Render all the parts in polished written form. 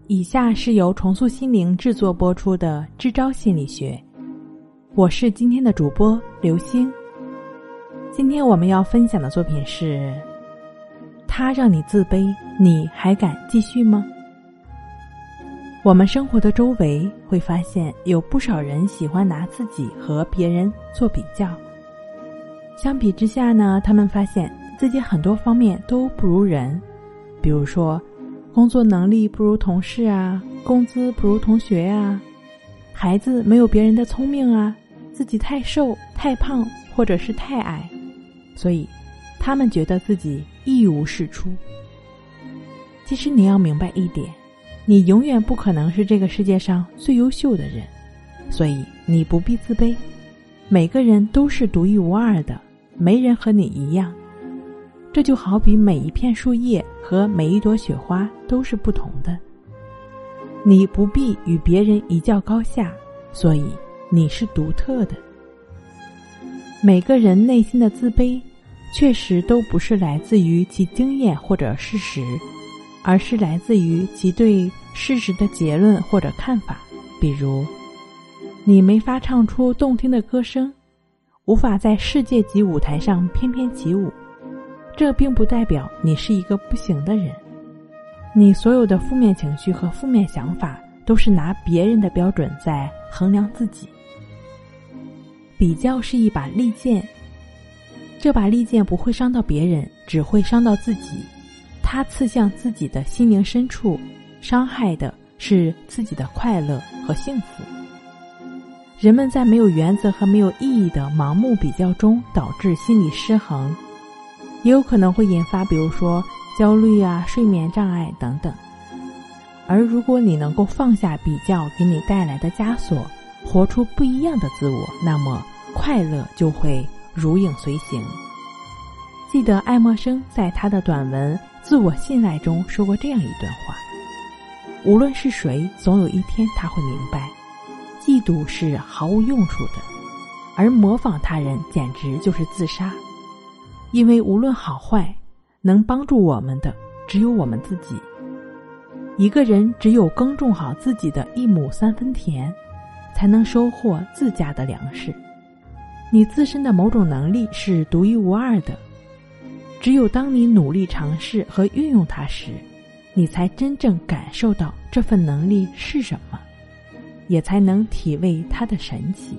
以下是由重塑心灵制作播出的支招心理学，我是今天的主播刘星。今天我们要分享的作品是：他让你自卑，你还敢继续吗？我们生活的周围会发现有不少人喜欢拿自己和别人做比较，相比之下呢，他们发现自己很多方面都不如人，比如说工作能力不如同事啊，工资不如同学啊，孩子没有别人的聪明啊，自己太瘦太胖或者是太矮，所以他们觉得自己一无是处。其实你要明白一点，你永远不可能是这个世界上最优秀的人，所以你不必自卑。每个人都是独一无二的，没人和你一样。这就好比每一片树叶和每一朵雪花都是不同的，你不必与别人一较高下，所以你是独特的。每个人内心的自卑确实都不是来自于其经验或者事实，而是来自于其对事实的结论或者看法。比如你没法唱出动听的歌声，无法在世界级舞台上翩翩起舞，这并不代表你是一个不行的人。你所有的负面情绪和负面想法都是拿别人的标准在衡量自己。比较是一把利剑，这把利剑不会伤到别人，只会伤到自己。它刺向自己的心灵深处，伤害的是自己的快乐和幸福。人们在没有原则和没有意义的盲目比较中导致心理失衡，也有可能会引发比如说焦虑啊、睡眠障碍等等。而如果你能够放下比较给你带来的枷锁，活出不一样的自我，那么快乐就会如影随形。记得爱默生在他的短文《自我信赖》中说过这样一段话：无论是谁，总有一天他会明白，嫉妒是毫无用处的，而模仿他人简直就是自杀。因为无论好坏，能帮助我们的只有我们自己。一个人只有耕种好自己的一亩三分田，才能收获自家的粮食。你自身的某种能力是独一无二的，只有当你努力尝试和运用它时，你才真正感受到这份能力是什么，也才能体味它的神奇。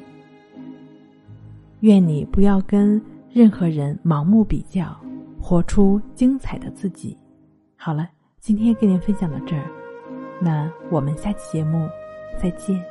愿你不要跟任何人盲目比较，活出精彩的自己。好了，今天跟您分享到这儿，那我们下期节目再见。